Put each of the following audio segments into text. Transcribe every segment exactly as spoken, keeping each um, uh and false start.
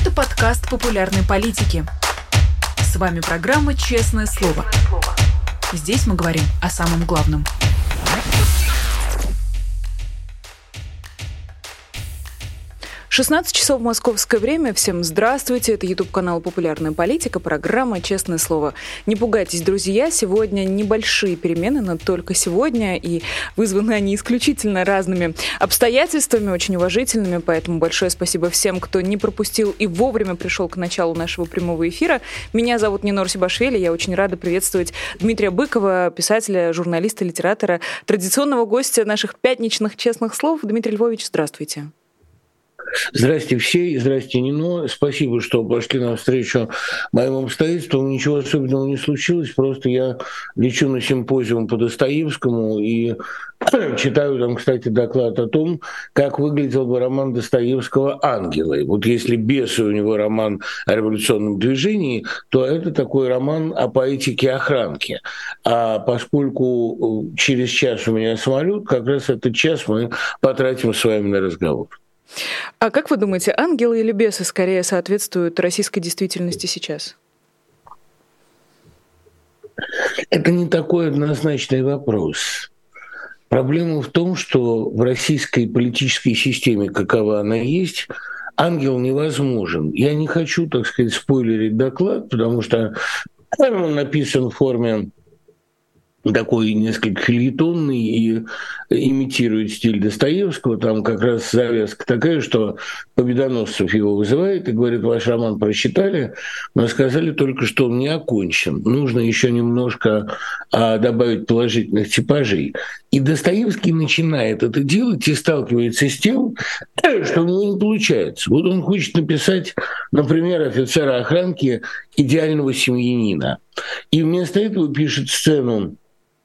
Это подкаст популярной политики. С вами программа «Честное слово». Здесь мы говорим о самом главном. шестнадцать часов московское время. Всем здравствуйте. Это YouTube-канал «Популярная политика», программа «Честное слово». Не пугайтесь, друзья, сегодня небольшие перемены, но только сегодня, и вызваны они исключительно разными обстоятельствами, очень уважительными, поэтому большое спасибо всем, кто не пропустил и вовремя пришел к началу нашего прямого эфира. Меня зовут Нинор Сибашвили, я очень рада приветствовать Дмитрия Быкова, писателя, журналиста, литератора, традиционного гостя наших пятничных «Честных слов». Дмитрий Львович, здравствуйте. Здрасте все и здрасте, Нино. Спасибо, что пошли навстречу моим обстоятельствам. Ничего особенного не случилось, просто я лечу на симпозиум по Достоевскому и читаю там, кстати, доклад о том, как выглядел бы роман Достоевского «Ангелы». Вот если «Бесы» у него роман о революционном движении, то это такой роман о поэтике охранки. А поскольку через час у меня самолет, как раз этот час мы потратим с вами на разговор. А как вы думаете, ангелы или бесы скорее соответствуют российской действительности сейчас? Это не такой однозначный вопрос. Проблема в том, что в российской политической системе, какова она есть, ангел невозможен. Я не хочу, так сказать, спойлерить доклад, потому что он написан в форме такой несколько фельетонный и имитирует стиль Достоевского. Там как раз завязка такая, что Победоносцев его вызывает и говорит: ваш роман прочитали, но сказали только, что он не окончен. Нужно еще немножко а, добавить положительных типажей. И Достоевский начинает это делать и сталкивается с тем, что у него не получается. Вот он хочет написать, например, офицера охранки идеального семьянина. И вместо этого пишет сцену,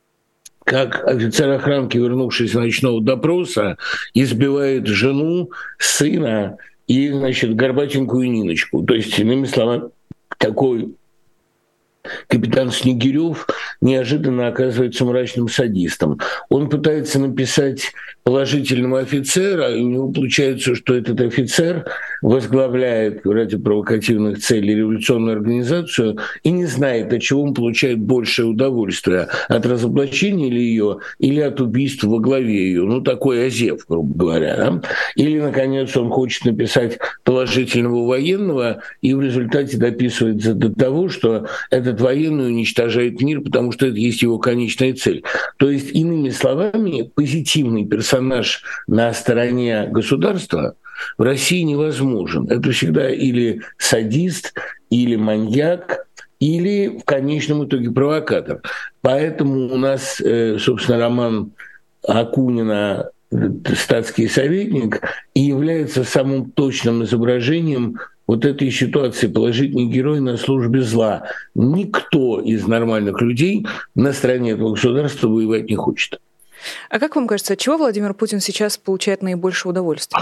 как офицер охранки, вернувшись с ночного допроса, избивает жену, сына и, значит, горбатенькую Ниночку. То есть, иными словами, такой капитан Снегирёв неожиданно оказывается мрачным садистом. Он пытается написать положительного офицера, и у него получается, что этот офицер возглавляет ради провокативных целей революционную организацию и не знает, от чего он получает большее удовольствие: от разоблачения ли ее или от убийства во главе ее. Ну, такой Азев, грубо говоря. Да? Или, наконец, он хочет написать положительного военного и в результате дописывается до того, что этот военный уничтожает мир, потому что это есть его конечная цель. То есть, иными словами, позитивный персонаж на стороне государства в России невозможен. Это всегда или садист, или маньяк, или в конечном итоге провокатор. Поэтому у нас, собственно, роман Акунина «Статский советник» и является самым точным изображением вот этой ситуации: положительный герой на службе зла. Никто из нормальных людей на стороне этого государства воевать не хочет. А как вам кажется, от чего Владимир Путин сейчас получает наибольшее удовольствие?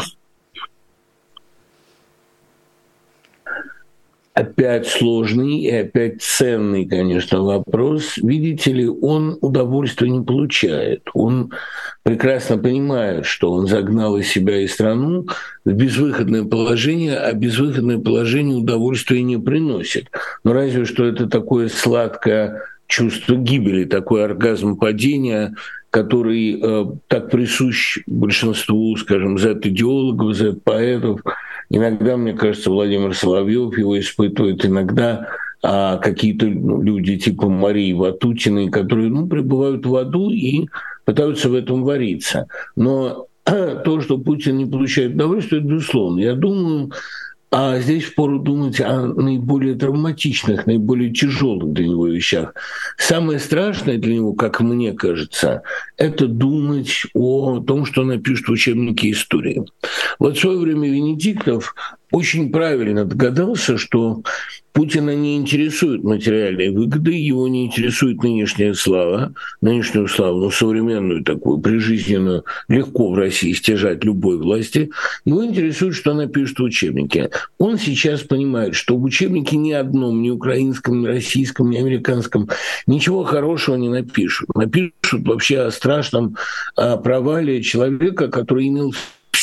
Опять сложный и опять ценный, конечно, вопрос. Видите ли, он удовольствия не получает. Он прекрасно понимает, что он загнал из себя и страну в безвыходное положение, а безвыходное положение удовольствия не приносит. Но разве что это такое сладкое чувство гибели, такой оргазм падения, который э, так присущ большинству, скажем, зет-идеологов, зет-поэтов. Иногда, мне кажется, Владимир Соловьев его испытывает, иногда а, какие-то ну, люди типа Марии Ватутиной, которые ну, пребывают в аду и пытаются в этом вариться. Но то, что Путин не получает удовольствия, это безусловно. Я думаю, а здесь впору думать о наиболее травматичных, наиболее тяжелых для него вещах. Самое страшное для него, как мне кажется, это думать о том, что напишут в учебнике истории. Вот в свое время Венедиктов очень правильно догадался, что Путина не интересует материальные выгоды, его не интересует нынешняя слава, нынешнюю славу, но современную такую, прижизненную, легко в России стяжать любой власти. Его интересует, что она пишет в учебнике. Он сейчас понимает, что в учебнике ни одном, ни украинском, ни российском, ни американском ничего хорошего не напишут. Напишут вообще о страшном о провале человека, который имел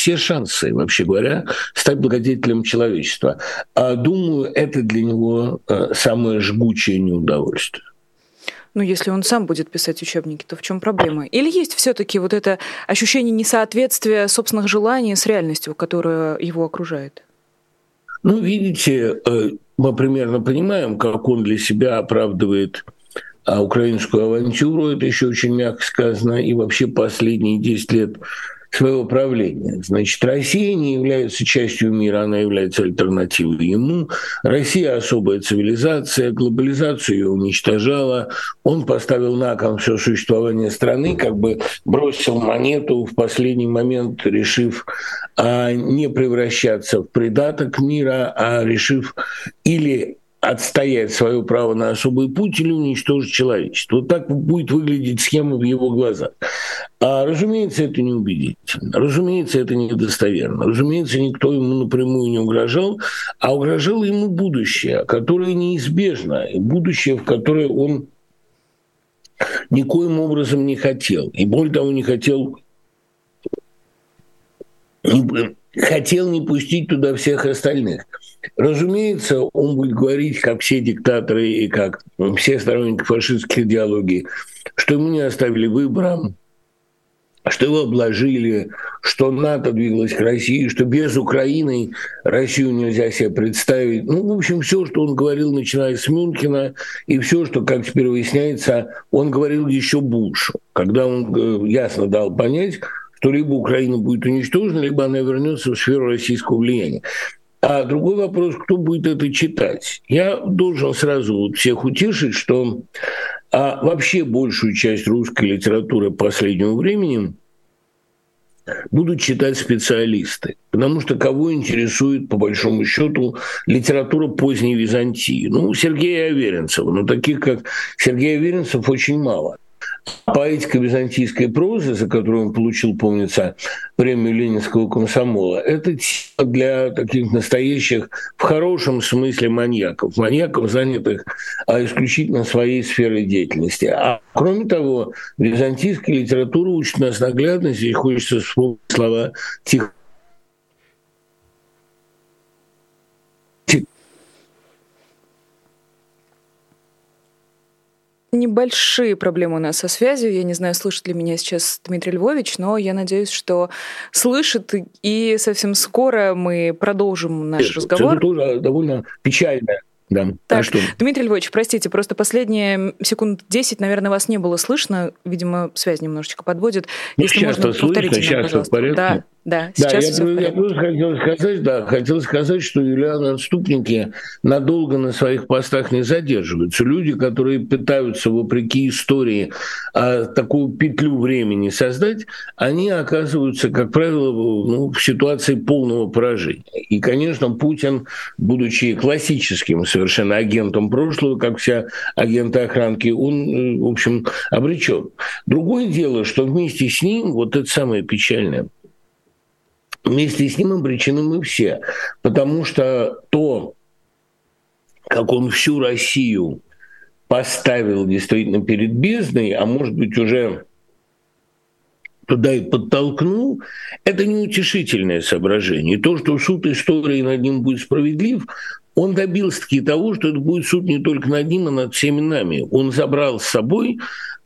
все шансы, вообще говоря, стать благодетелем человечества. А думаю, это для него самое жгучее неудовольствие. Ну, если он сам будет писать учебники, то в чем проблема? Или есть все-таки вот это ощущение несоответствия собственных желаний с реальностью, которая его окружает? Ну, видите, мы примерно понимаем, как он для себя оправдывает украинскую авантюру, это еще очень мягко сказано, и вообще последние десять лет своего правления. Значит, Россия не является частью мира, она является альтернативой ему. Россия — особая цивилизация, глобализацию ее уничтожала. Он поставил на кон все существование страны, как бы бросил монету в последний момент, решив а, не превращаться в придаток мира, а решив или отстоять свое право на особый путь или уничтожить человечество. Вот так будет выглядеть схема в его глазах. А, разумеется, это неубедительно. Разумеется, это недостоверно. Разумеется, никто ему напрямую не угрожал, а угрожало ему будущее, которое неизбежно, и будущее, в которое он никоим образом не хотел. И более того, не хотел... хотел не пустить туда всех остальных. Разумеется, он будет говорить, как все диктаторы и как все сторонники фашистской идеологии, что ему не оставили выбора, что его обложили, что НАТО двигалось к России, что без Украины Россию нельзя себе представить. Ну, в общем, все, что он говорил, начиная с Мюнхена, и все, что, как теперь выясняется, он говорил еще Бушу, когда он ясно дал понять, что либо Украина будет уничтожена, либо она вернется в сферу российского влияния. А другой вопрос, кто будет это читать? Я должен сразу вот всех утешить, что а, вообще большую часть русской литературы последнего времени будут читать специалисты, потому что кого интересует, по большому счету, литература поздней Византии? Ну, Сергея Аверинцева, но таких, как Сергей Аверинцев, очень мало. Поэтика византийской прозы, за которую он получил, помнится, премию Ленинского комсомола, это для таких настоящих, в хорошем смысле, маньяков. Маньяков, занятых а, исключительно своей сферой деятельности. А кроме того, византийская литература учит нас наглядности, и хочется вспомнить слова Тихо. Небольшие проблемы у нас со связью. Я не знаю, слышит ли меня сейчас Дмитрий Львович, но я надеюсь, что слышит, и совсем скоро мы продолжим наш Это, разговор. Это тоже довольно печально. Да. Так, а что? Дмитрий Львович, простите, просто последние секунд десять, наверное, вас не было слышно. Видимо, связь немножечко подводит. Ну, Если можно, слышно, повторите сейчас нам, пожалуйста. В порядке. Да, да, да, сейчас я, все в порядке. Я просто хотел сказать, да, хотел сказать, что юлианы-отступники надолго на своих постах не задерживаются. Люди, которые пытаются, вопреки истории, такую петлю времени создать, они оказываются, как правило, ну, в ситуации полного поражения. И, конечно, Путин, будучи классическим совершенно агентом прошлого, как все агенты охранки, он, в общем, обречен. Другое дело, что вместе с ним, вот это самое печальное, вместе с ним обречены мы все, потому что то, как он всю Россию поставил действительно перед бездной, а может быть уже туда и подтолкнул, это неутешительное соображение. И то, что суд истории над ним будет справедлив, он добился-таки того, что это будет суд не только над ним, а над всеми нами. Он забрал с собой,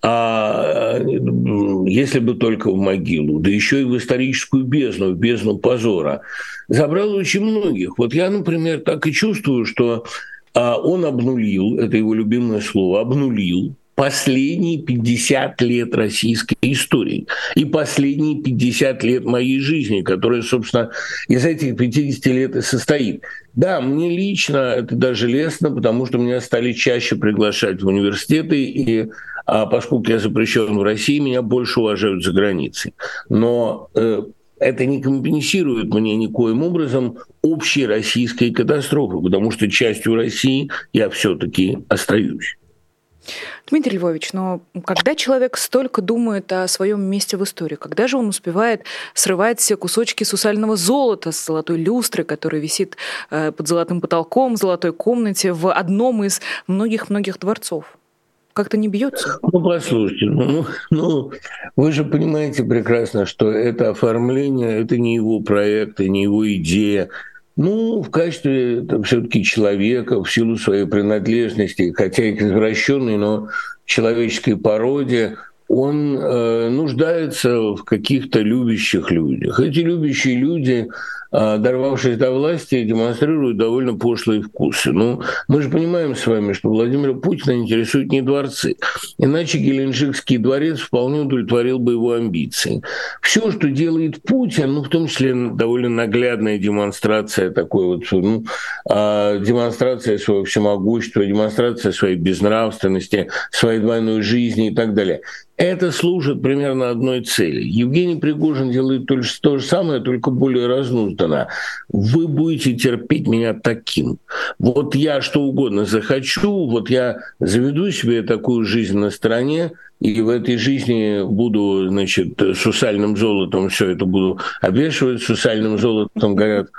а если бы только в могилу, да еще и в историческую бездну, в бездну позора, забрал очень многих. Вот я, например, так и чувствую, что он обнулил, это его любимое слово, обнулил последние пятьдесят лет российской истории и последние пятьдесят лет моей жизни, которая, собственно, из этих пятидесяти лет и состоит. Да, мне лично это даже лестно, потому что меня стали чаще приглашать в университеты, и а поскольку я запрещен в России, меня больше уважают за границей. Но э, это не компенсирует мне никоим образом общей российской катастрофы, потому что частью России я все-таки остаюсь. Дмитрий Львович, но когда человек столько думает о своем месте в истории, когда же он успевает срывать все кусочки сусального золота с золотой люстры, которая висит под золотым потолком в золотой комнате в одном из многих-многих дворцов? как-то не бьется. Ну, послушайте, ну, ну, вы же понимаете прекрасно, что это оформление, это не его проект, не его идея. Ну, в качестве все-таки человека, в силу своей принадлежности, хотя и к извращенной, но человеческой породе, он э, нуждается в каких-то любящих людях. Эти любящие люди, э, дорвавшись до власти, демонстрируют довольно пошлые вкусы. Ну, мы же понимаем с вами, что Владимира Путина интересуют не дворцы. Иначе Геленджикский дворец вполне удовлетворил бы его амбиции. Все, что делает Путин, ну, в том числе довольно наглядная демонстрация такой вот, ну, э, демонстрация своего всемогущества, демонстрация своей безнравственности, своей двойной жизни и так далее. Это служит примерно одной цели. Евгений Пригожин делает то же самое, только более разнузданно. Вы будете терпеть меня таким. Вот я что угодно захочу, вот я заведу себе такую жизнь на стороне, и в этой жизни буду, значит, сусальным золотом все это буду обвешивать, сусальным золотом горят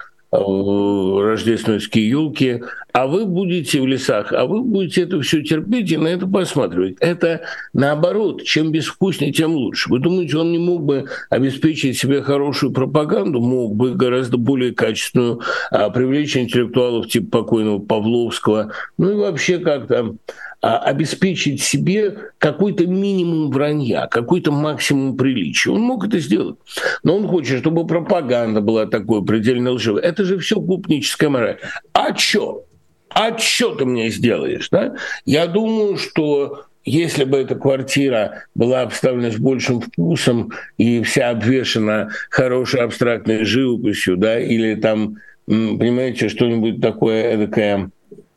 рождественские елки, а вы будете в лесах, а вы будете это все терпеть и на это посматривать. Это наоборот, чем безвкуснее, тем лучше. Вы думаете, он не мог бы обеспечить себе хорошую пропаганду? Мог бы, гораздо более качественную, а, привлечь интеллектуалов типа покойного Павловского, ну и вообще как-то обеспечить себе какой-то минимум вранья, какой-то максимум приличия. Он мог это сделать. Но он хочет, чтобы пропаганда была такой предельно лживой. Это же все гопническая мораль. А чё? А чё ты мне сделаешь? Да? Я думаю, что если бы эта квартира была обставлена с большим вкусом и вся обвешана хорошей абстрактной живописью, да, или там, понимаете, что-нибудь такое эдакое,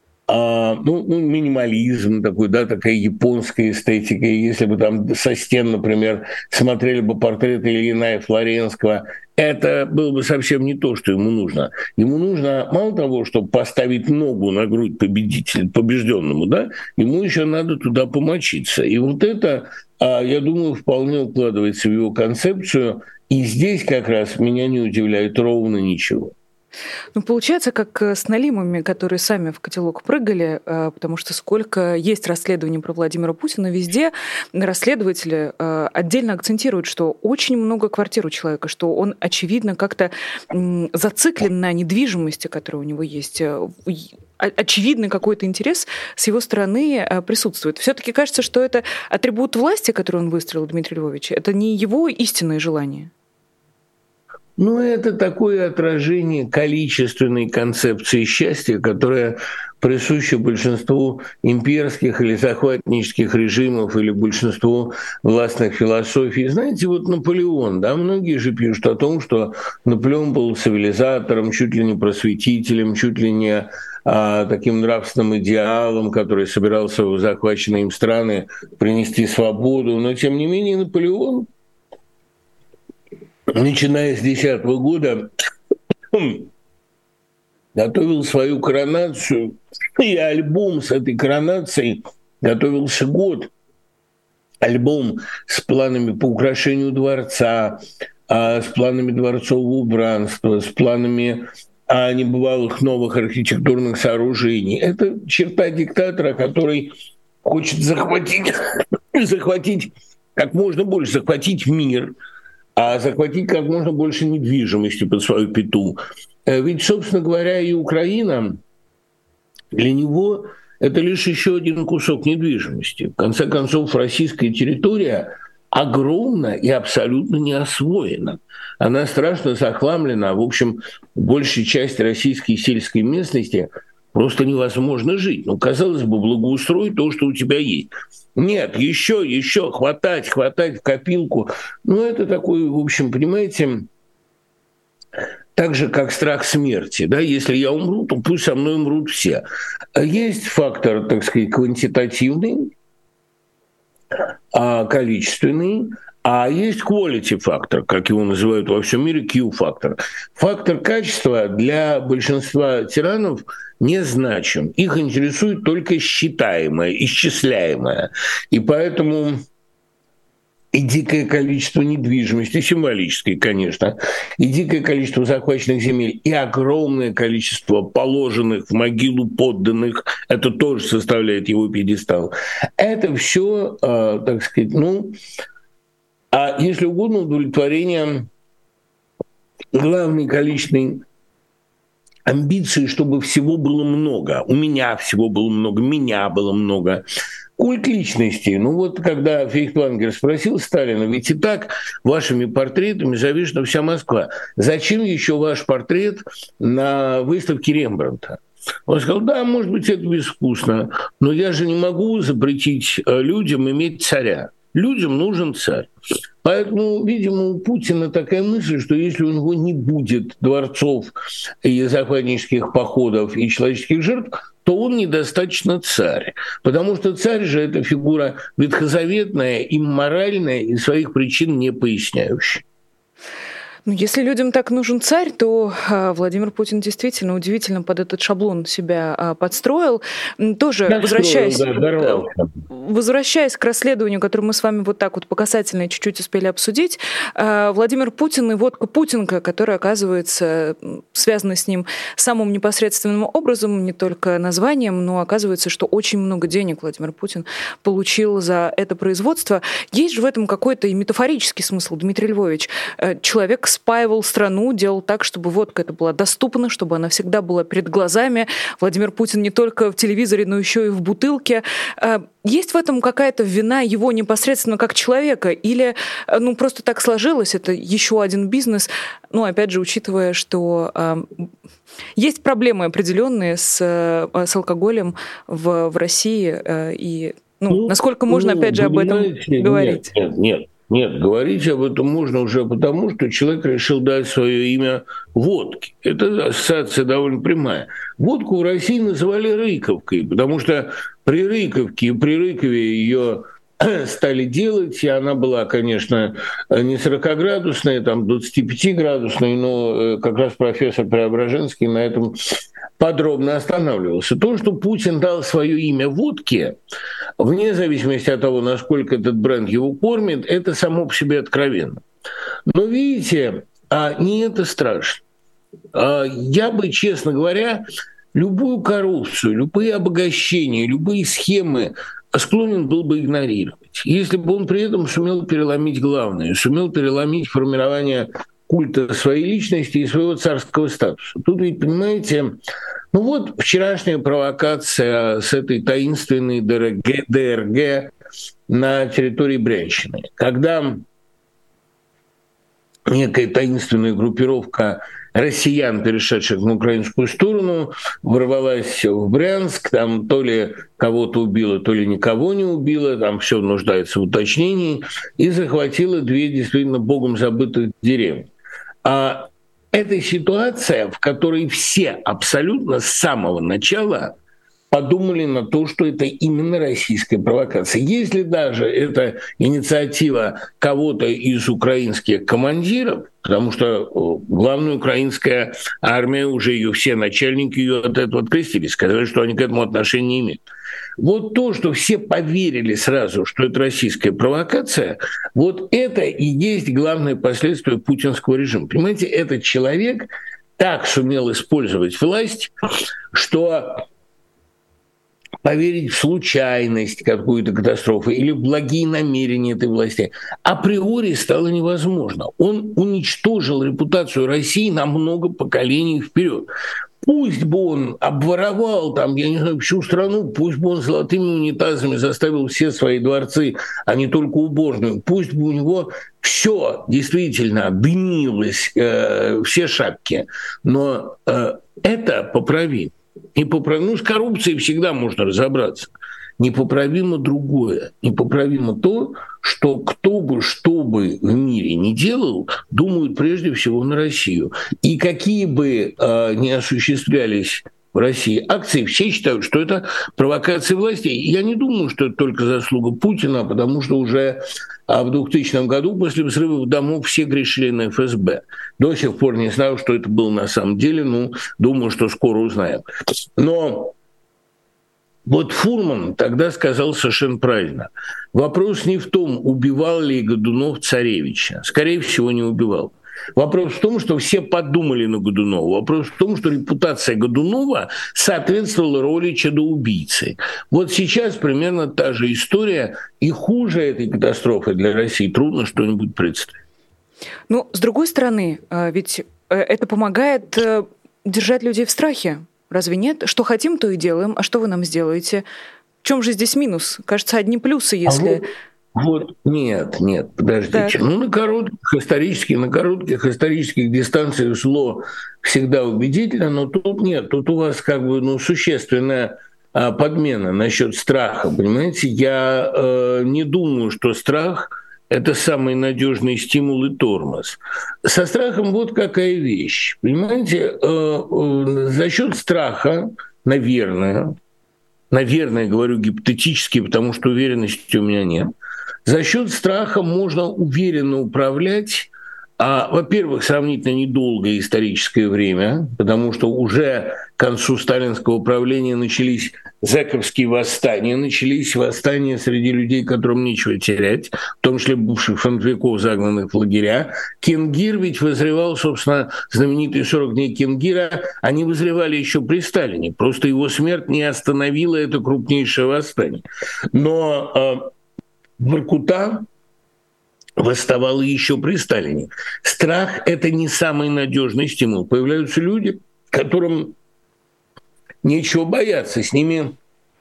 А, ну, ну, минимализм такой, да, такая японская эстетика. И если бы там со стен, например, смотрели бы портреты Ильина и Флоренского, это было бы совсем не то, что ему нужно. Ему нужно, мало того, чтобы поставить ногу на грудь победителю, побежденному, да, ему еще надо туда помочиться. И вот это, я думаю, вполне укладывается в его концепцию. И здесь как раз меня не удивляет ровно ничего. Ну, получается, как с налимами, которые сами в котелок прыгали, потому что сколько есть расследований про Владимира Путина, везде расследователи отдельно акцентируют, что очень много квартир у человека, что он, очевидно, как-то зациклен на недвижимости, которая у него есть. Очевидный какой-то интерес с его стороны присутствует. Все-таки кажется, что это атрибут власти, который он выстроил, Дмитрий Львович, это не его истинное желание. Ну, это такое отражение количественной концепции счастья, которая присуща большинству имперских или захватнических режимов или большинству властных философий. Знаете, вот Наполеон, да, многие же пишут о том, что Наполеон был цивилизатором, чуть ли не просветителем, чуть ли не а, таким нравственным идеалом, который собирался в захваченные им страны принести свободу. Но, тем не менее, Наполеон, начиная с десятого года, готовил свою коронацию, и альбом с этой коронацией готовился год. Альбом с планами по украшению дворца, с планами дворцового убранства, с планами небывалых новых архитектурных сооружений. Это черта диктатора, который хочет захватить, захватить как можно больше, захватить мир, а захватить как можно больше недвижимости под свою пяту. Ведь, собственно говоря, и Украина для него это лишь еще один кусок недвижимости. В конце концов, российская территория огромна и абсолютно не освоена. Она страшно захламлена. В общем, большая часть российской сельской местности просто невозможно жить. Ну, казалось бы, благоустрой то, что у тебя есть. Нет, еще, еще, хватать, хватать в копилку. Ну, это такой, в общем, понимаете, так же, как страх смерти. Да? Если я умру, то пусть со мной умрут все. Есть фактор, так сказать, квантитативный, количественный, а есть quality фактор, как его называют во всем мире, Q-фактор. Фактор качества для большинства тиранов не значим. Их интересует только считаемое, исчисляемое. И поэтому и дикое количество недвижимости, символической, конечно, и дикое количество захваченных земель, и огромное количество положенных в могилу подданных, это тоже составляет его пьедестал. Это все, э, так сказать, ну, а если угодно, удовлетворение главной количественной амбиции, чтобы всего было много. У меня всего было много, меня было много. Культ личности. Ну вот, когда Фейхтвангер спросил Сталина, ведь и так вашими портретами завешена вся Москва. Зачем еще ваш портрет на выставке Рембрандта? Он сказал, да, может быть, это безвкусно, но я же не могу запретить людям иметь царя. Людям нужен царь. Поэтому, видимо, у Путина такая мысль, что если у него не будет дворцов и захватнических походов и человеческих жертв, то он недостаточно царь. Потому что царь же – это фигура ветхозаветная, имморальная и своих причин не поясняющая. Ну, если людям так нужен царь, то а, Владимир Путин действительно удивительно под этот шаблон себя а, подстроил. Тоже так возвращаясь, строил, да, возвращаясь к расследованию, которое мы с вами вот так вот по касательной чуть-чуть успели обсудить, а, Владимир Путин и водка Путинка, которая, оказывается, связана с ним самым непосредственным образом, не только названием, но оказывается, что очень много денег Владимир Путин получил за это производство. Есть же в этом какой-то и метафорический смысл, Дмитрий Львович. Человек спаивал страну, делал так, чтобы водка эта была доступна, чтобы она всегда была перед глазами. Владимир Путин не только в телевизоре, но еще и в бутылке. Есть в этом какая-то вина его непосредственно как человека? Или ну, просто так сложилось, это еще один бизнес? Ну, опять же, учитывая, что э, есть проблемы определенные с, с алкоголем в, в России. Э, и ну, ну, насколько можно, ну, опять же, об этом говорить? Нет, нет, нет. Нет, говорить об этом можно уже потому, что человек решил дать свое имя водке. Это ассоциация довольно прямая. Водку в России называли Рыковкой, потому что при Рыковке и при Рыкове ее стали делать, и она была, конечно, не сорокаградусная, там двадцатипятиградусная, но как раз профессор Преображенский на этом подробно останавливался. То, что Путин дал свое имя водке, вне зависимости от того, насколько этот бренд его кормит, это само по себе откровенно. Но видите, а не это страшно. Я бы, честно говоря, любую коррупцию, любые обогащения, любые схемы склонен был бы игнорировать. Если бы он при этом сумел переломить главное, сумел переломить формирование культа своей личности и своего царского статуса. Тут ведь, понимаете, ну вот вчерашняя провокация с этой таинственной ДРГ, ДРГ на территории Брянщины, когда некая таинственная группировка россиян, перешедших на украинскую сторону, ворвалась в Брянск, там то ли кого-то убило, то ли никого не убило, там все нуждается в уточнении, и захватила две действительно богом забытых деревни. А это ситуация, в которой все абсолютно с самого начала подумали на то, что это именно российская провокация. Если даже это инициатива кого-то из украинских командиров, потому что главная украинская армия, уже ее все начальники ее от этого открестились, сказали, что они к этому отношения не имеют. Вот то, что все поверили сразу, что это российская провокация, вот это и есть главное последствие путинского режима. Понимаете, этот человек так сумел использовать власть, что поверить в случайность какую-то катастрофы или в благие намерения этой власти априори стало невозможно. Он уничтожил репутацию России на много поколений вперед. Пусть бы он обворовал там, я не знаю, всю страну, пусть бы он золотыми унитазами заставил все свои дворцы, а не только уборную, пусть бы у него все действительно дымилось, э, все шапки, но э, это поправимо. Непоправимо. Ну, с коррупцией всегда можно разобраться. Непоправимо другое. Непоправимо то, что кто бы что бы в мире ни делал, думают прежде всего на Россию. И какие бы э, ни осуществлялись в России акции, все считают, что это провокация властей. Я не думаю, что это только заслуга Путина, потому что уже в двухтысячном году после взрывов домов все грешили на эф эс бэ. До сих пор не знаю, что это было на самом деле, но думаю, что скоро узнаем. Но Вот Фурман тогда сказал совершенно правильно. Вопрос не в том, убивал ли Годунов царевича. Скорее всего, не убивал. Вопрос в том, что все подумали на Годунова. Вопрос в том, что репутация Годунова соответствовала роли чадоубийцы. Вот сейчас примерно та же история, и хуже этой катастрофы для России трудно что-нибудь представить. Ну, с другой стороны, ведь это помогает держать людей в страхе. Разве нет? Что хотим, то и делаем. А что вы нам сделаете? В чем же здесь минус? Кажется, одни плюсы, если... А вот, вот нет, нет, подождите. Так. Ну, на коротких исторических, на коротких исторических дистанциях зло всегда убедительно, но тут нет. Тут у вас как бы ну, существенная а, подмена насчет страха. Понимаете, я э, не думаю, что страх – это самый надежный стимул и тормоз. Со страхом вот какая вещь. Понимаете, э, э, за счет страха, наверное, наверное, говорю гипотетически, потому что уверенности у меня нет, за счет страха можно уверенно управлять, а, во-первых, сравнительно недолгое историческое время, потому что уже к концу сталинского правления начались зэковские восстания, начались восстания среди людей, которым нечего терять, в том числе бывших фронтовиков, загнанных в лагеря. Кенгир ведь вызревал, собственно, знаменитые сорок дней Кенгира, они вызревали еще при Сталине, просто его смерть не остановила это крупнейшее восстание. Но э, Воркута восставала еще при Сталине. Страх – это не самый надежный стимул. Появляются люди, которым нечего бояться, с ними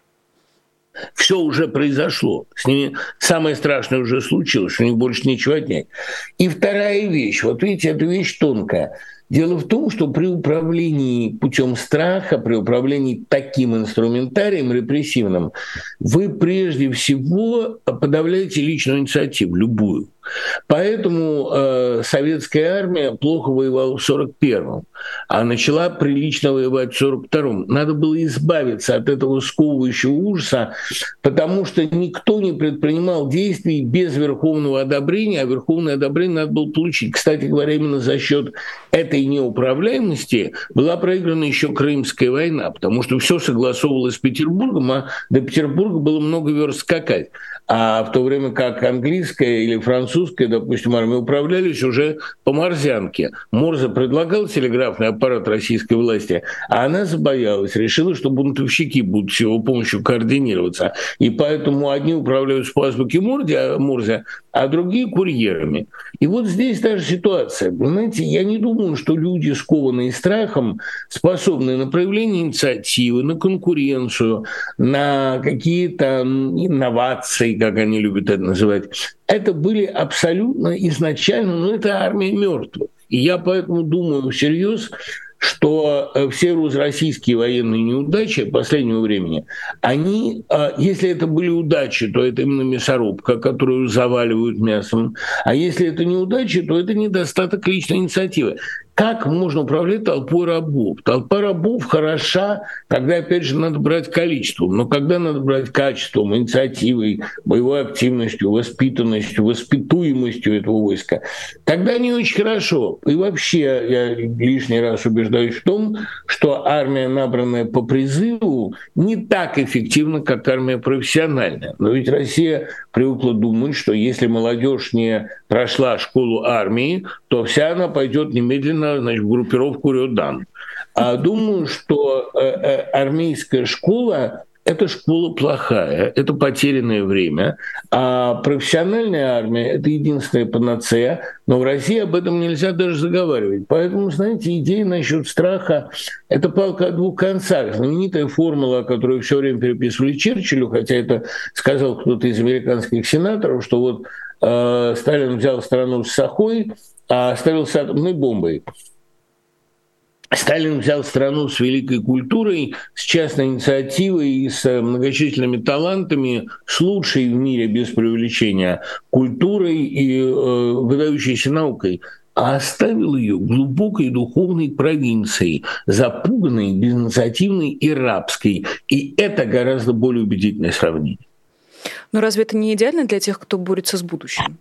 все уже произошло, с ними самое страшное уже случилось, у них больше нечего отнять. И вторая вещь, вот видите, эта вещь тонкая. Дело в том, что при управлении путем страха, при управлении таким инструментарием репрессивным, вы прежде всего подавляете личную инициативу, любую. Поэтому э, советская армия плохо воевала в сорок первом, а начала прилично воевать в сорок втором. Надо было избавиться от этого сковывающего ужаса, потому что никто не предпринимал действий без верховного одобрения, а верховное одобрение надо было получить. Кстати говоря, именно за счет этой неуправляемости была проиграна еще Крымская война, потому что все согласовывалось с Петербургом, а до Петербурга было много верст скакать. А в то время как английская или французская, допустим, армия управлялись уже по морзянке. Морзе предлагал телеграфный аппарат российской власти, а она забоялась, решила, что бунтовщики будут с его помощью координироваться. И поэтому одни управляются по азбуке Морзе, а другие курьерами. И вот здесь та же ситуация. Понимаете, я не думаю, что люди, скованные страхом, способны на проявление инициативы, на конкуренцию, на какие-то инновации, как они любят это называть. Это были абсолютно изначально, ну, это армия мертвых. И я поэтому думаю всерьез, что все российские военные неудачи последнего времени, они, если это были удачи, то это именно мясорубка, которую заваливают мясом, а если это неудачи, то это недостаток личной инициативы. Как можно управлять толпой рабов? Толпа рабов хороша, когда, опять же, надо брать количеством, но когда надо брать качеством, инициативой, боевой активностью, воспитанностью, воспитуемостью этого войска, тогда не очень хорошо. И вообще я лишний раз убеждаюсь в том, что армия, набранная по призыву, не так эффективна, как армия профессиональная. Но ведь Россия привыкла думать, что если молодежь не прошла школу армии, то вся она пойдет немедленно, значит, в группировку Рёдан. А думаю, что э, э, армейская школа – это школа плохая, это потерянное время, а профессиональная армия – это единственная панацея, но в России об этом нельзя даже заговаривать. Поэтому, знаете, идея насчет страха – это палка о двух концах. Знаменитая формула, которую все время переписывали Черчиллю, хотя это сказал кто-то из американских сенаторов, что вот э, Сталин взял страну с сахой, а оставил с атомной бомбой. Сталин взял страну с великой культурой, с частной инициативой, с многочисленными талантами, с лучшей в мире, без преувеличения, культурой и э, выдающейся наукой, а оставил ее глубокой духовной провинцией, запуганной, безинициативной и рабской. И это гораздо более убедительное сравнение. Но разве это не идеально для тех, кто борется с будущим?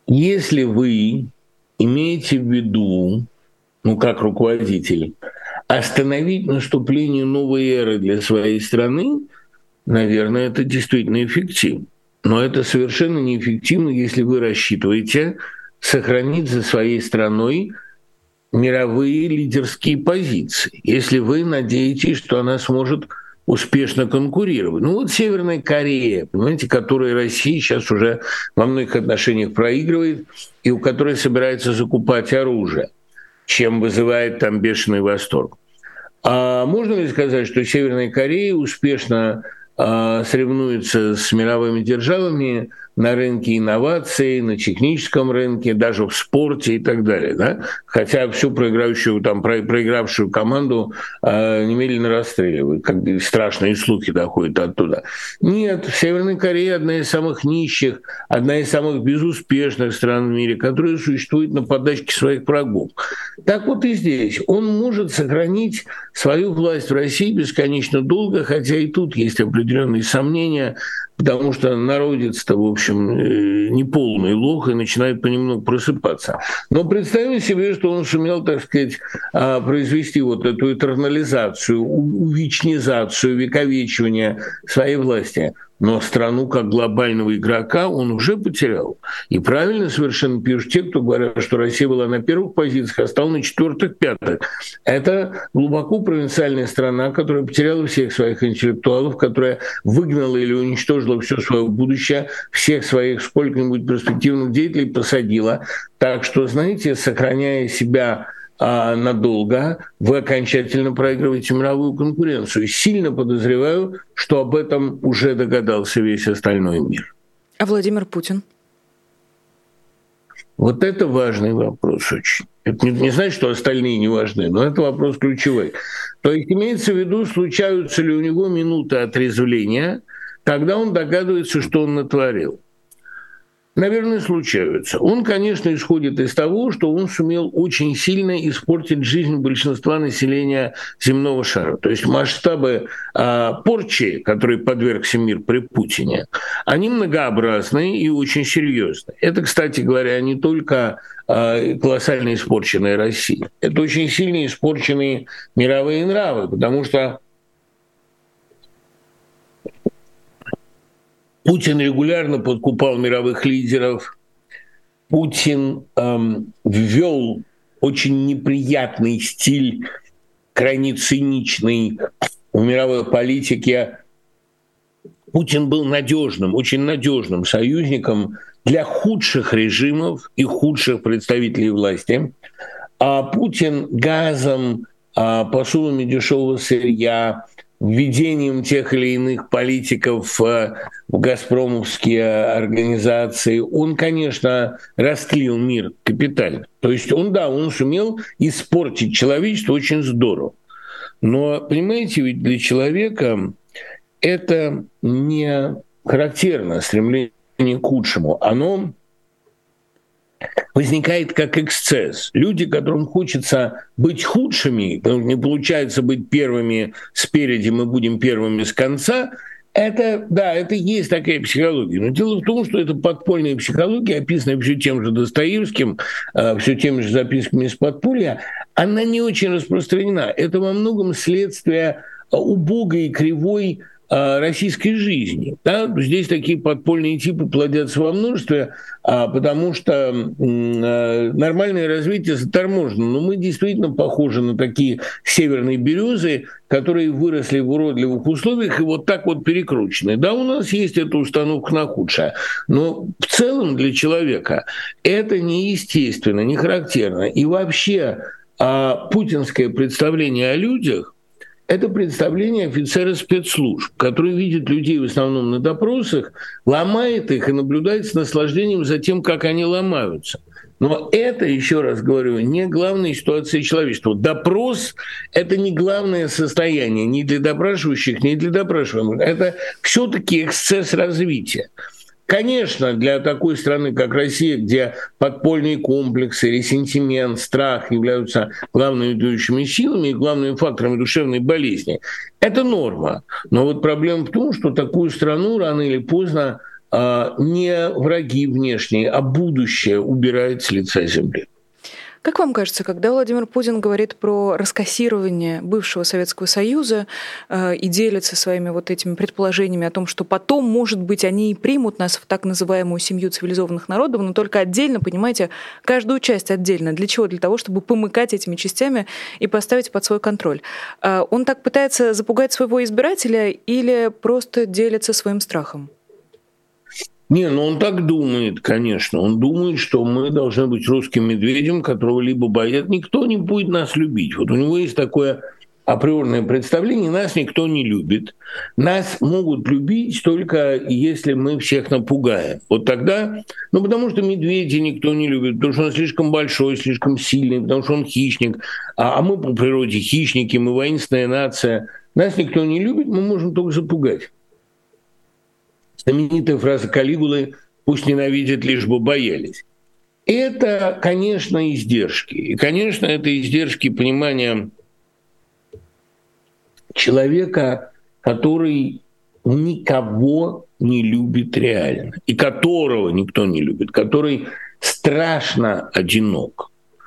Если вы имеете в виду, ну, как руководитель, остановить наступление новой эры для своей страны, наверное, это действительно эффективно. Но это совершенно неэффективно, если вы рассчитываете сохранить за своей страной мировые лидерские позиции, если вы надеетесь, что она сможет успешно конкурировать. Ну вот Северная Корея, понимаете, которой Россия сейчас уже во многих отношениях проигрывает, и у которой собирается закупать оружие, чем вызывает там бешеный восторг. А можно ли сказать, что Северная Корея успешно а, соревнуется с мировыми державами на рынке инноваций, на техническом рынке, даже в спорте и так далее, да? Хотя всю проиграющую, там, про, проигравшую команду э, немедленно расстреливают, как страшные слухи доходят оттуда. Нет, Северная Корея одна из самых нищих, одна из самых безуспешных стран в мире, которая существует на подачке своих врагов. Так вот и здесь. Он может сохранить свою власть в России бесконечно долго, хотя и тут есть определенные сомнения, потому что народец-то, в общем, не полный лох и начинает понемногу просыпаться. Но представим себе, что он сумел, так сказать, произвести вот эту этернализацию, увечнизацию, вековечивание своей власти. Но страну как глобального игрока он уже потерял. И правильно совершенно пишут те, кто говорят, что Россия была на первых позициях, а стала на четвертых, пятых. Это глубоко провинциальная страна, которая потеряла всех своих интеллектуалов, которая выгнала или уничтожила все свое будущее, всех своих сколько-нибудь перспективных деятелей посадила. Так что, знаете, сохраняя себя а надолго, вы окончательно проигрываете мировую конкуренцию. Сильно подозреваю, что об этом уже догадался весь остальной мир. А Владимир Путин? Вот это важный вопрос очень. Это не, не значит, что остальные не важны, но это вопрос ключевой. То есть имеется в виду, случаются ли у него минуты отрезвления, когда он догадывается, что он натворил. Наверное, случаются. Он, конечно, исходит из того, что он сумел очень сильно испортить жизнь большинства населения земного шара. То есть масштабы а, порчи, которые подвергся мир при Путине, они многообразны и очень серьезны. Это, кстати говоря, не только а, колоссально испорченная Россия. Это очень сильно испорченные мировые нравы, потому что Путин регулярно подкупал мировых лидеров. Путин эм, ввел очень неприятный стиль, крайне циничный в мировой политике. Путин был надежным, очень надежным союзником для худших режимов и худших представителей власти. А Путин газом, а посулами дешевого сырья, введением тех или иных политиков в газпромовские организации, он, конечно, растлил мир капитально. То есть он, да, он сумел испортить человечество очень здорово. Но, понимаете, ведь для человека это не характерно, стремление к худшему. Оно возникает как эксцесс. Люди, которым хочется быть худшими, не получается быть первыми спереди, мы будем первыми с конца, это, да, это есть такая психология. Но дело в том, что это подпольная психология, описанная все тем же Достоевским, все теми же записками из подполья, она не очень распространена. Это во многом следствие убогой и кривой российской жизни. Да? Здесь такие подпольные типы плодятся во множестве, потому что нормальное развитие заторможено. Но мы действительно похожи на такие северные березы, которые выросли в уродливых условиях и вот так вот перекручены. Да, у нас есть эта установка на худшее, но в целом для человека это неестественно, не характерно. И вообще путинское представление о людях — это представление офицера спецслужб, который видит людей в основном на допросах, ломает их и наблюдает с наслаждением за тем, как они ломаются. Но это, еще раз говорю, не главная ситуация человечества. Допрос — это не главное состояние ни для допрашивающих, ни для допрашиваемых. Это все-таки эксцесс развития. Конечно, для такой страны, как Россия, где подпольные комплексы, ресентимент, страх являются главными движущими силами и главными факторами душевной болезни, это норма. Но вот проблема в том, что такую страну рано или поздно не враги внешние, а будущее убирает с лица земли. Как вам кажется, когда Владимир Путин говорит про раскассирование бывшего Советского Союза э, и делится своими вот этими предположениями о том, что потом, может быть, они и примут нас в так называемую семью цивилизованных народов, но только отдельно, понимаете, каждую часть отдельно. Для чего? Для того, чтобы помыкать этими частями и поставить под свой контроль. Э, он так пытается запугать своего избирателя или просто делится своим страхом? Не, ну он так думает, конечно. Он думает, что мы должны быть русским медведем, которого либо боят. Никто не будет нас любить. Вот у него есть такое априорное представление: нас никто не любит. Нас могут любить только если мы всех напугаем. Вот тогда, ну потому что медведя никто не любит, потому что он слишком большой, слишком сильный, потому что он хищник. А, а мы по природе хищники, мы воинственная нация. Нас никто не любит, мы можем только запугать. Знаменитая фраза Калигулы «пусть ненавидят, лишь бы боялись». Это, конечно, издержки. И, конечно, это издержки понимания человека, который никого не любит реально, и которого никто не любит, который страшно одинок.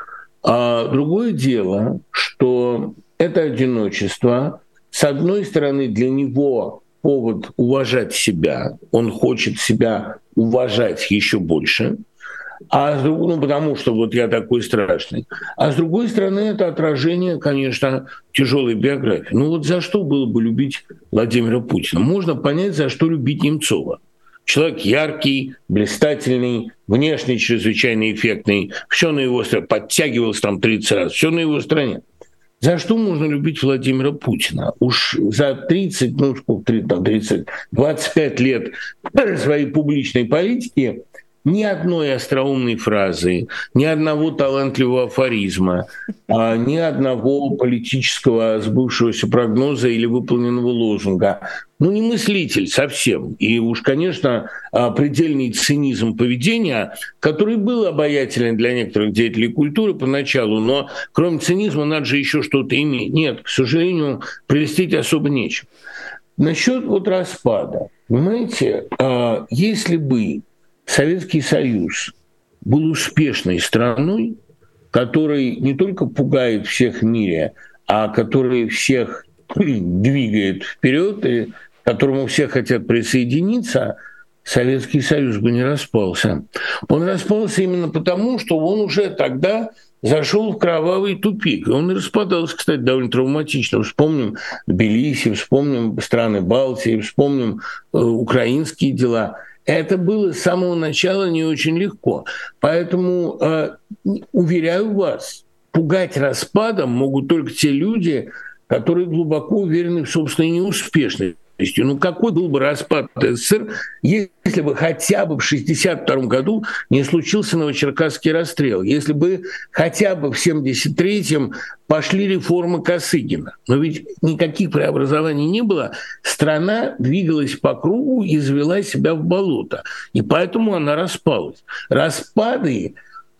А другое дело, что это одиночество, с одной стороны, для него повод уважать себя, он хочет себя уважать еще больше, а с другой, ну, потому что вот я такой страшный. А с другой стороны, это отражение, конечно, тяжелой биографии. Ну вот за что было бы любить Владимира Путина? Можно понять, за что любить Немцова. Человек яркий, блистательный, внешне чрезвычайно эффектный, все на его стороне, подтягивался там тридцать раз, все на его стороне. За что можно любить Владимира Путина? Уж за тридцать, ну сколько, тридцать, двадцать пять лет своей публичной политики ни одной остроумной фразы, ни одного талантливого афоризма, ни одного политического сбывшегося прогноза или выполненного лозунга. Ну, не мыслитель совсем. И уж, конечно, предельный цинизм поведения, который был обаятелен для некоторых деятелей культуры поначалу, но кроме цинизма надо же еще что-то иметь. Нет, к сожалению, прелестить особо нечем. Насчет вот распада. Понимаете, если бы Советский Союз был успешной страной, который не только пугает всех в мире, а который всех двигает вперед, и к которому все хотят присоединиться, Советский Союз бы не распался. Он распался именно потому, что он уже тогда зашел в кровавый тупик. И он и распадался, кстати, довольно травматично. Вспомним Тбилиси, вспомним страны Балтии, вспомним э, украинские дела. Это было с самого начала не очень легко. Поэтому, э, уверяю вас, пугать распадом могут только те люди, которые глубоко уверены в собственной неуспешности. Ну какой был бы распад СССР, если бы хотя бы в шестьдесят втором году не случился Новочеркасский расстрел, если бы хотя бы в семьдесят третьем пошли реформы Косыгина. Но ведь никаких преобразований не было, страна двигалась по кругу и завела себя в болото, и поэтому она распалась. Распады,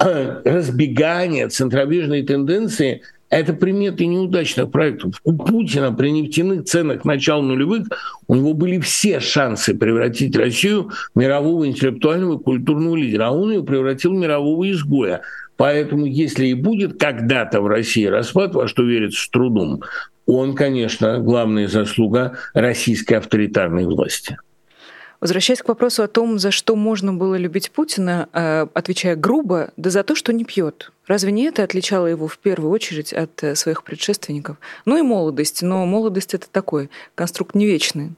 разбегания, центробежные тенденции – это приметы неудачных проектов. У Путина при нефтяных ценах начала нулевых у него были все шансы превратить Россию в мирового интеллектуального и культурного лидера, а он ее превратил в мирового изгоя. Поэтому, если и будет когда-то в России распад, во что верится с трудом, он, конечно, главная заслуга российской авторитарной власти. Возвращаясь к вопросу о том, за что можно было любить Путина, отвечая грубо, да за то, что не пьет. Разве не это отличало его в первую очередь от своих предшественников? Ну и молодость, но молодость — это такой конструкт не вечный.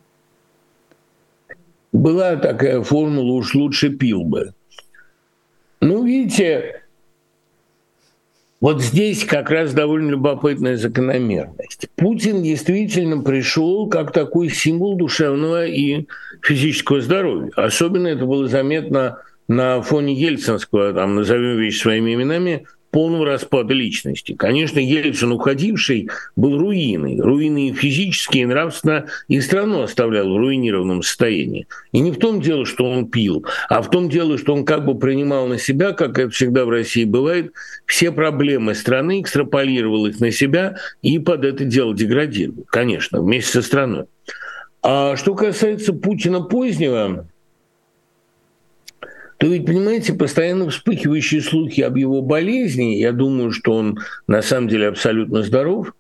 Была такая формула: уж лучше пил бы. Ну, видите, вот здесь как раз довольно любопытная закономерность. Путин действительно пришел как такой символ душевного и физического здоровья. Особенно это было заметно на фоне ельцинского, там, назовем вещи своими именами, полного распада личности. Конечно, Ельцин, уходивший, был руиной. Руиной физически, и нравственно, и страну оставлял в руинированном состоянии. И не в том дело, что он пил, а в том дело, что он как бы принимал на себя, как это всегда в России бывает, все проблемы страны, экстраполировал их на себя и под это дело деградировал, конечно, вместе со страной. А что касается Путина позднего, то ведь, понимаете, постоянно вспыхивающие слухи об его болезни, я думаю, что он на самом деле абсолютно здоров,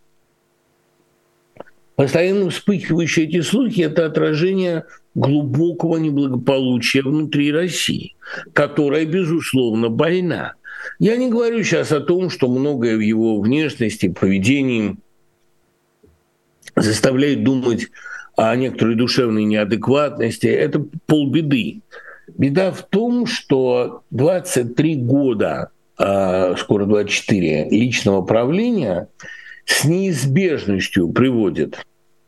постоянно вспыхивающие эти слухи – это отражение глубокого неблагополучия внутри России, которая, безусловно, больна. Я не говорю сейчас о том, что многое в его внешности, поведении заставляет думать о некоторой душевной неадекватности. Это полбеды. Беда в том, что двадцать три года, скоро двадцать четыре, личного правления с неизбежностью приводит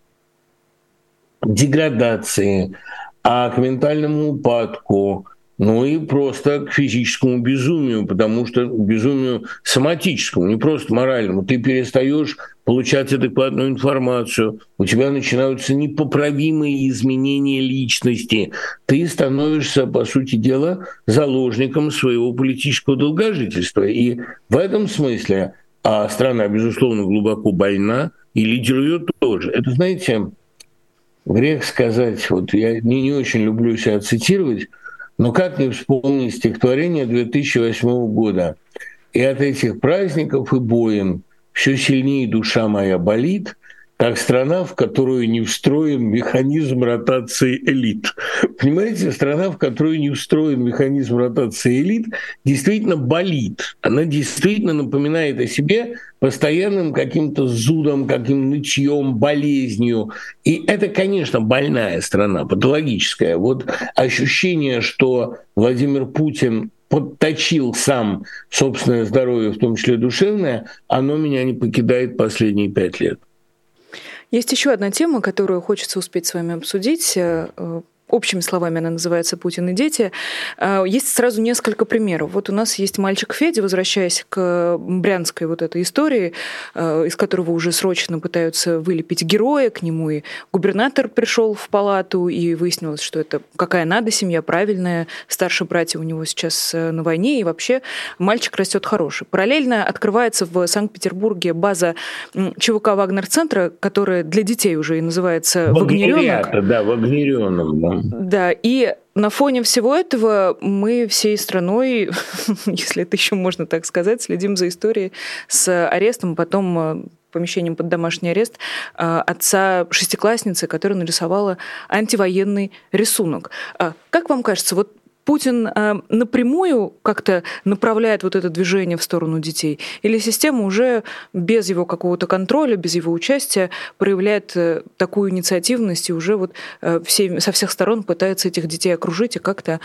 к деградации, а к ментальному упадку, ну и просто к физическому безумию, потому что безумию соматическому, не просто моральному. Ты перестаешь получать адекватную информацию, у тебя начинаются непоправимые изменения личности, ты становишься, по сути дела, заложником своего политического долгожительства. И в этом смысле а страна, безусловно, глубоко больна, и лидер ее тоже. Это, знаете, грех сказать, вот я не, не очень люблю себя цитировать, но как не вспомнить стихотворение две тысячи восьмого года? «И от этих праздников и боин все сильнее душа моя болит, как страна, в которую не встроен механизм ротации элит». Понимаете, страна, в которую не встроен механизм ротации элит, действительно болит. Она действительно напоминает о себе постоянным каким-то зудом, каким нытьем, болезнью. И это, конечно, больная страна, патологическая. Вот ощущение, что Владимир Путин подточил сам собственное здоровье, в том числе душевное, оно меня не покидает последние пять лет. Есть еще одна тема, которую хочется успеть с вами обсудить. Общими словами она называется «Путин и дети». Есть сразу несколько примеров. Вот у нас есть мальчик Федя, возвращаясь к брянской вот этой истории, из которого уже срочно пытаются вылепить героя, к нему и губернатор пришел в палату, и выяснилось, что это какая надо семья, правильная, старшие братья у него сейчас на войне, и вообще мальчик растет хороший. Параллельно открывается в Санкт-Петербурге база ЧВК «Вагнер-центра», которая для детей уже и называется «Вагнерёнок». Да, «Вагнерёнок», да. Да, и на фоне всего этого мы всей страной, если это еще можно так сказать, следим за историей с арестом, потом помещением под домашний арест отца шестиклассницы, которая нарисовала антивоенный рисунок. Как вам кажется, вот Путин напрямую как-то направляет вот это движение в сторону детей? Или система уже без его какого-то контроля, без его участия проявляет такую инициативность и уже вот все, со всех сторон пытается этих детей окружить и как-то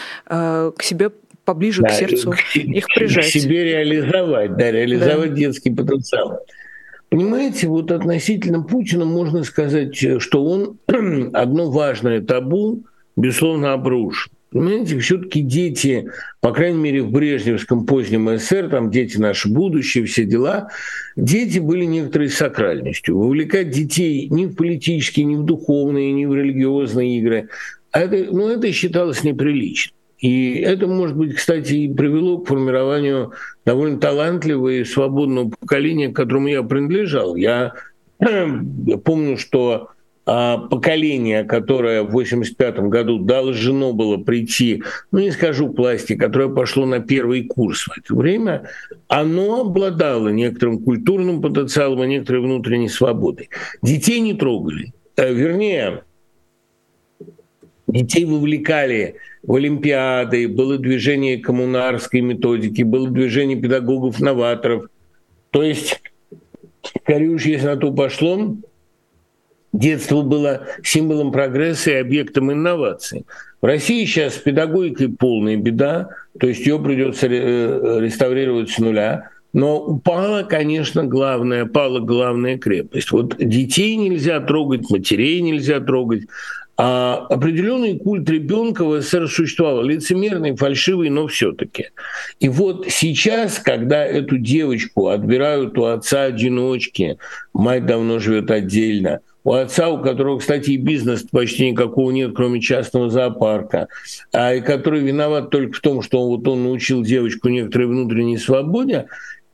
к себе поближе, да, к сердцу к, их прижать? К себе реализовать, да, реализовать, да, детский потенциал. Понимаете, вот относительно Путина можно сказать, что он одно важное табу, безусловно, обрушил. Понимаете, все-таки дети, по крайней мере, в брежневском позднем СССР, там дети наше будущее, все дела, дети были некоторой сакральностью. Вовлекать детей ни в политические, ни в духовные, ни в религиозные игры, это, ну, это считалось неприличным. И это, может быть, кстати, и привело к формированию довольно талантливого и свободного поколения, к которому я принадлежал. Я помню, что поколение, которое в восемьдесят пятом году должно было прийти, ну не скажу к власти, которое пошло на первый курс в это время, оно обладало некоторым культурным потенциалом и некоторой внутренней свободой. Детей не трогали. Вернее, детей вовлекали в олимпиады, было движение коммунарской методики, было движение педагогов-новаторов. То есть, скорее уж, если на то пошло, детство было символом прогресса и объектом инноваций. В России сейчас с педагогикой полная беда, то есть ее придется реставрировать с нуля. Но упала, конечно, главная, пала главная крепость. Вот детей нельзя трогать, матерей нельзя трогать. А определенный культ ребенка в СССР существовал, лицемерный, фальшивый, но все-таки. И вот сейчас, когда эту девочку отбирают у отца-одиночки, мать давно живет отдельно, у отца, у которого, кстати, и бизнеса почти никакого нет, кроме частного зоопарка, а, и который виноват только в том, что он, вот он научил девочку некоторой внутренней свободе,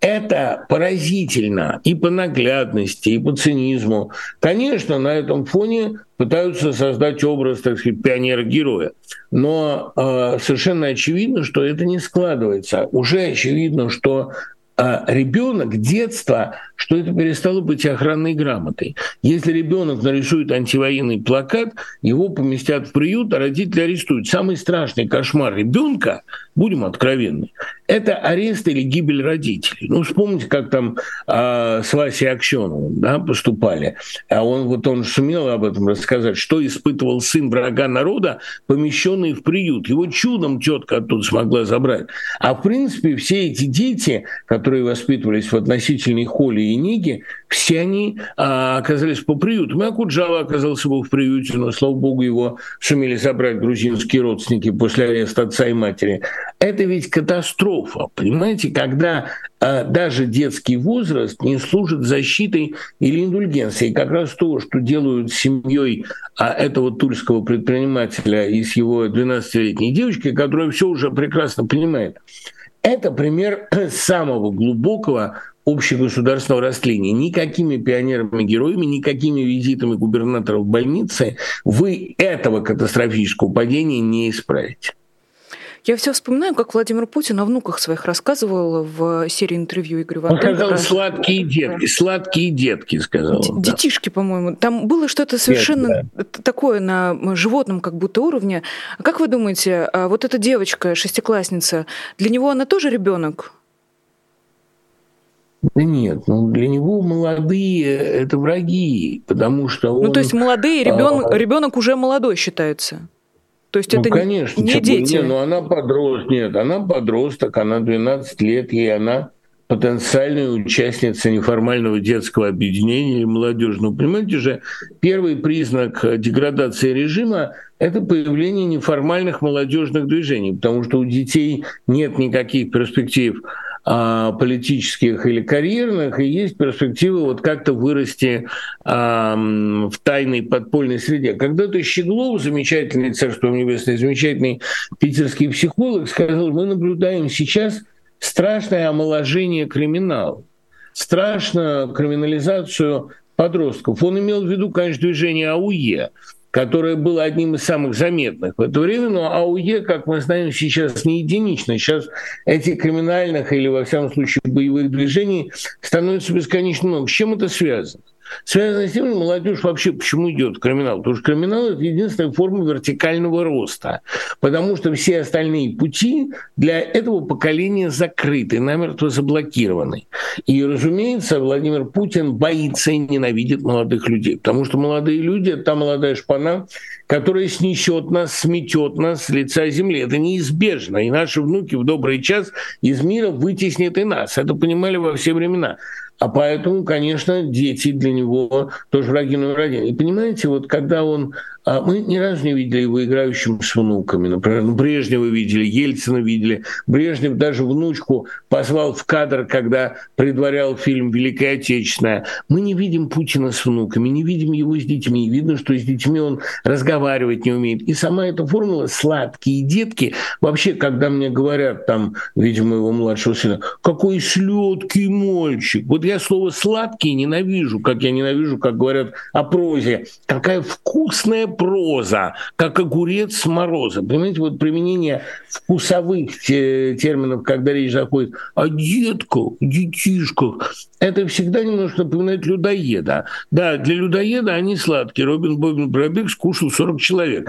Это поразительно и по наглядности, и по цинизму. Конечно, на этом фоне пытаются создать образ, так сказать, пионера-героя. Но э, совершенно очевидно, что это не складывается. Уже очевидно, что э, ребенок, детство, что это перестало быть охранной грамотой. Если ребенок нарисует антивоенный плакат, его поместят в приют, а родители арестуют. Самый страшный кошмар ребенка, будем откровенны, это арест или гибель родителей. Ну, вспомните, как там э, с Васей Аксёновым, да, поступали. А он вот он сумел об этом рассказать, что испытывал сын врага народа, помещенный в приют. Его чудом тетка оттуда смогла забрать. А в принципе все эти дети, которые воспитывались в относительной холе и неге, все они э, оказались по приюту. Акуджава оказался был в приюте, но, слава богу, его сумели забрать грузинские родственники после ареста отца и матери. Это ведь катастрофа, понимаете, когда э, даже детский возраст не служит защитой или индульгенцией. Как раз то, что делают с семьей э, этого тульского предпринимателя и с его двенадцатилетней девочкой, которая все уже прекрасно понимает, это пример самого глубокого общегосударственного растления. Никакими пионерами-героями, никакими визитами губернатора в больнице вы этого катастрофического падения не исправите. Я все вспоминаю, как Владимир Путин о внуках своих рассказывал в серии интервью Игорю Ванденко. Он сказал «сладкие детки», «сладкие детки», сказал он. Детишки, да. По-моему. Там было что-то совершенно Нет, да. такое на животном как будто уровне. А как вы думаете, вот эта девочка, шестиклассница, для него она тоже ребенок? Да нет, ну для него молодые — это враги, потому что он... Ну то есть молодые, ребенок, а... ребенок уже молодой считается? То есть ну, это конечно, не дети? Не, но она подросток, нет, она подросток, она двенадцать лет, ей она потенциальная участница неформального детского объединения или молодежного. Понимаете же, первый признак деградации режима — это появление неформальных молодежных движений, потому что у детей нет никаких перспектив политических или карьерных, и есть перспектива вот как-то вырасти а, в тайной подпольной среде. Когда-то Щеглов, замечательный, царство небесное, замечательный питерский психолог, сказал, мы наблюдаем сейчас страшное омоложение криминала, страшную криминализацию подростков. Он имел в виду, конечно, движение АУЕ, которое было одним из самых заметных в это время, но АУЕ, как мы знаем, сейчас не единично. Сейчас этих криминальных или, во всяком случае, боевых движений становится бесконечно много. С чем это связано? Связано с тем, что молодежь вообще почему идет в криминал? Потому что криминал — это единственная форма вертикального роста, потому что все остальные пути для этого поколения закрыты, намертво заблокированы. И, разумеется, Владимир Путин боится и ненавидит молодых людей, потому что молодые люди — это та молодая шпана, которая снесет нас, сметет нас с лица земли. Это неизбежно, и наши внуки в добрый час из мира вытеснят и нас. Это понимали во все времена. А поэтому, конечно, дети для него тоже враги номер один. И понимаете, вот когда он... Мы ни разу не видели его играющим с внуками. Например, ну, Брежнева видели, Ельцина видели. Брежнев даже внучку позвал в кадр, когда предварял фильм «Великая Отечественная». Мы не видим Путина с внуками, не видим его с детьми. Видно, что с детьми он разговаривать не умеет. И сама эта формула «сладкие детки», вообще, когда мне говорят, там, видимо, его младшего сына, какой сладкий мальчик. Вот я слово «сладкий» ненавижу, как я ненавижу, как говорят о прозе. Какая вкусная проза, как огурец с мороза. Понимаете, вот применение вкусовых терминов, когда речь заходит о детках, детишках, это всегда немножко напоминает людоеда. Да, для людоеда они сладкие. Робин Бобин Бробик скушал сорок человек.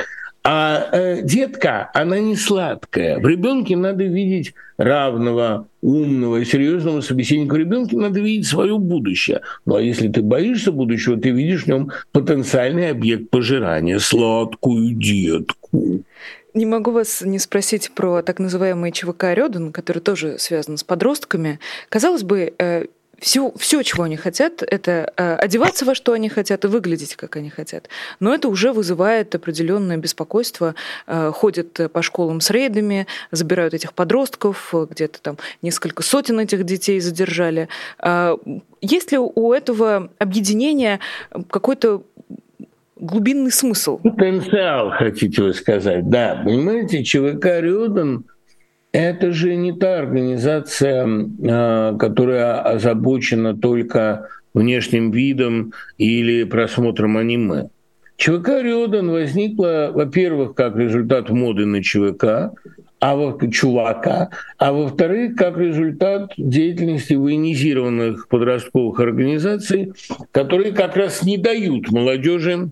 А э, детка, она не сладкая. В ребенке надо видеть равного, умного, серьезного собеседника. В ребенке надо видеть свое будущее. Ну а если ты боишься будущего, ты видишь в нем потенциальный объект пожирания, сладкую детку. Не могу вас не спросить про так называемый ЧВК «Рёдан», который тоже связан с подростками. Казалось бы, Все, все, чего они хотят, это э, одеваться во что они хотят и выглядеть, как они хотят. Но это уже вызывает определенное беспокойство. Э, ходят по школам с рейдами, забирают этих подростков, где-то там несколько сотен этих детей задержали. Э, есть ли у этого объединения какой-то глубинный смысл? Потенциал, хотите вы сказать. Да, понимаете, ЧВК «Рёдан» Это же не та организация, которая озабочена только внешним видом или просмотром аниме. ЧВК «Рёдан» возникла, во-первых, как результат моды на ЧВК, а во чувака, а во-вторых, как результат деятельности военизированных подростковых организаций, которые как раз не дают молодежи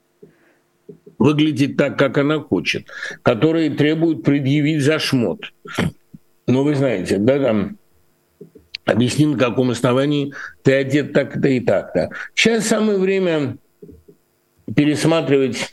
выглядеть так, как она хочет, которые требуют предъявить за шмот. Ну, вы знаете, да, там, объясни, на каком основании ты одет так-то и так-то. Сейчас самое время пересматривать,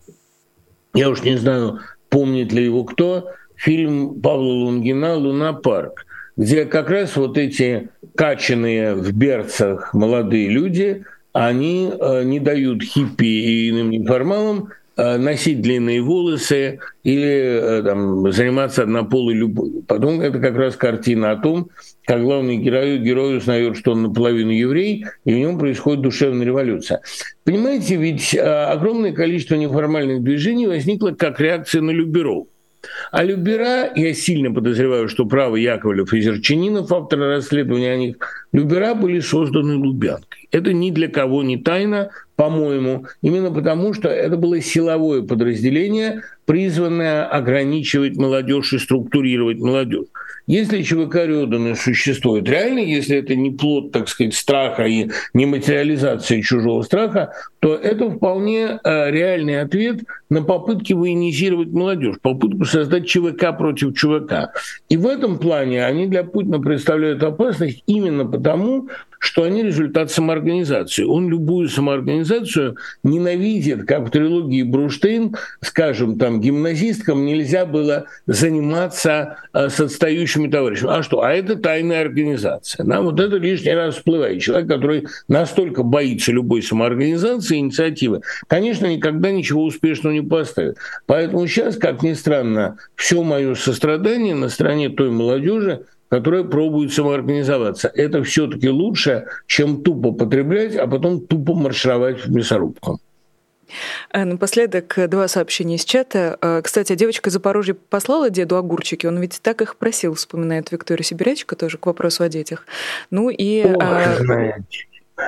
я уж не знаю, помнит ли его кто, фильм Павла Лунгина «Лунапарк», где как раз вот эти качанные в берцах молодые люди, они не дают хиппи и иным неформалам носить длинные волосы или там, заниматься однополой любовью. Потом это как раз картина о том, как главный герой, герой узнает, что он наполовину еврей, и в нем происходит душевная революция. Понимаете, ведь огромное количество неформальных движений возникло как реакция на Люберов. А Любера, я сильно подозреваю, что правы Яковлев и Зерчанинов, авторы расследования о них, Любера были созданы Лубянкой. Это ни для кого не тайна, по-моему, именно потому, что это было силовое подразделение, призванное ограничивать молодежь и структурировать молодежь. Если ЧВК «Рёдан» существует реально, если это не плод, так сказать, страха и не материализация чужого страха, то это вполне реальный ответ на попытки военизировать молодежь, попытку создать ЧВК против ЧВК. И в этом плане они для Путина представляют опасность именно потому, что они результат самоорганизации. Он любую самоорганизацию ненавидит, как в трилогии Бруштейн, скажем, там, гимназисткам нельзя было заниматься э, с отстающими товарищами. А что? А это тайная организация. Да? Вот это лишний раз всплывает. Человек, который настолько боится любой самоорганизации, инициативы, конечно, никогда ничего успешного не поставит. Поэтому сейчас, как ни странно, все мое сострадание на стороне той молодежи, которая пробует самоорганизоваться. Это все-таки лучше, чем тупо потреблять, а потом тупо маршировать в мясорубку. Напоследок два сообщения из чата. Кстати, девочка из Запорожья послала деду огурчики, он ведь так их просил, вспоминает Виктория Сибирячка, тоже к вопросу о детях. Ну и... Ох, а... знаете.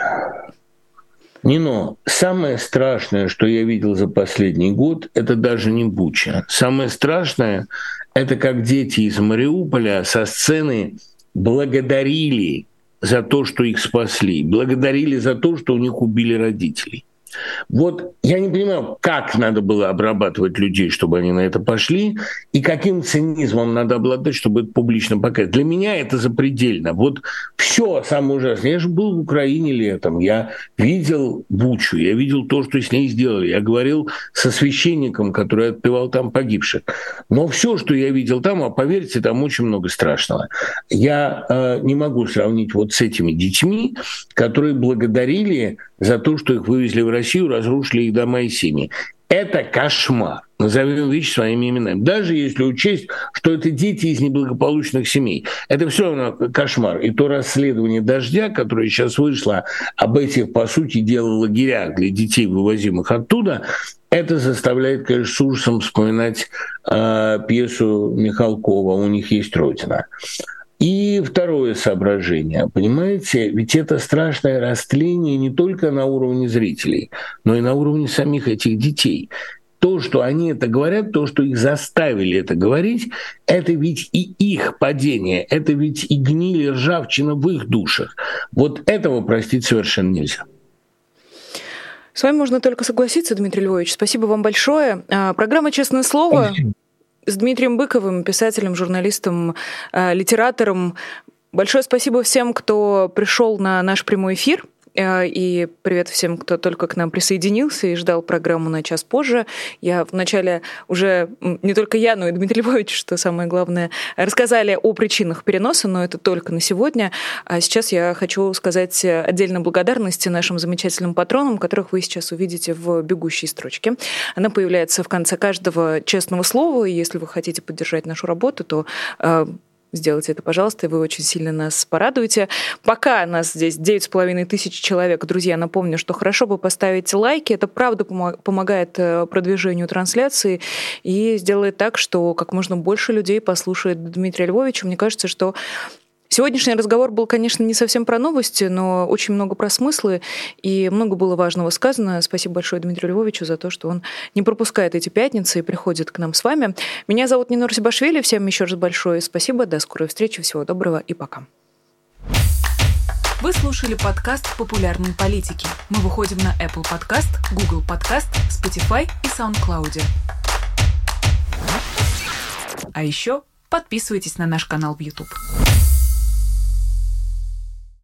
Нино, самое страшное, что я видел за последний год, это даже не Буча. Самое страшное — это как дети из Мариуполя со сцены благодарили за то, что их спасли, благодарили за то, что у них убили родителей. Вот я не понимаю, как надо было обрабатывать людей, чтобы они на это пошли, и каким цинизмом надо обладать, чтобы это публично показать. Для меня это запредельно. Вот все самое ужасное. Я же был в Украине летом, я видел Бучу, я видел то, что с ней сделали. Я говорил со священником, который отпевал там погибших. Но все, что я видел там, а поверьте, там очень много страшного. Я э, не могу сравнить вот с этими детьми, которые благодарили за то, что их вывезли в Россию, разрушили их дома и семьи. Это кошмар. Назовем вещи своими именами. Даже если учесть, что это дети из неблагополучных семей. Это все равно кошмар. И то расследование «Дождя», которое сейчас вышло об этих, по сути дела, лагерях для детей, вывозимых оттуда, это заставляет, конечно, с ужасом вспоминать э, пьесу Михалкова «У них есть Родина». И второе соображение, понимаете, ведь это страшное растление не только на уровне зрителей, но и на уровне самих этих детей. То, что они это говорят, то, что их заставили это говорить, это ведь и их падение, это ведь и гниль, и ржавчина в их душах. Вот этого простить совершенно нельзя. С вами можно только согласиться, Дмитрий Львович. Спасибо вам большое. Программа «Честное слово» с Дмитрием Быковым, писателем, журналистом, литератором. Большое спасибо всем, кто пришел на наш прямой эфир. И привет всем, кто только к нам присоединился и ждал программу на час позже. Я вначале уже, не только я, но и Дмитрий Львович, что самое главное, рассказали о причинах переноса, но это только на сегодня. А сейчас я хочу сказать отдельно благодарности нашим замечательным патронам, которых вы сейчас увидите в бегущей строчке. Она появляется в конце каждого честного слова, и если вы хотите поддержать нашу работу, то сделайте это, пожалуйста, и вы очень сильно нас порадуете. Пока нас здесь девять с половиной тысяч человек, друзья, напомню, что хорошо бы поставить лайки. Это правда помогает продвижению трансляции и сделает так, что как можно больше людей послушает Дмитрия Львовича. Мне кажется, что сегодняшний разговор был, конечно, не совсем про новости, но очень много про смыслы, и много было важного сказано. Спасибо большое Дмитрию Львовичу за то, что он не пропускает эти пятницы и приходит к нам с вами. Меня зовут Нинор Сибашвили. Всем еще раз большое спасибо. До скорой встречи. Всего доброго и пока. Вы слушали подкаст «Популярные политики». Мы выходим на Apple Podcast, Google Podcast, Spotify и SoundCloud. А еще подписывайтесь на наш канал в YouTube.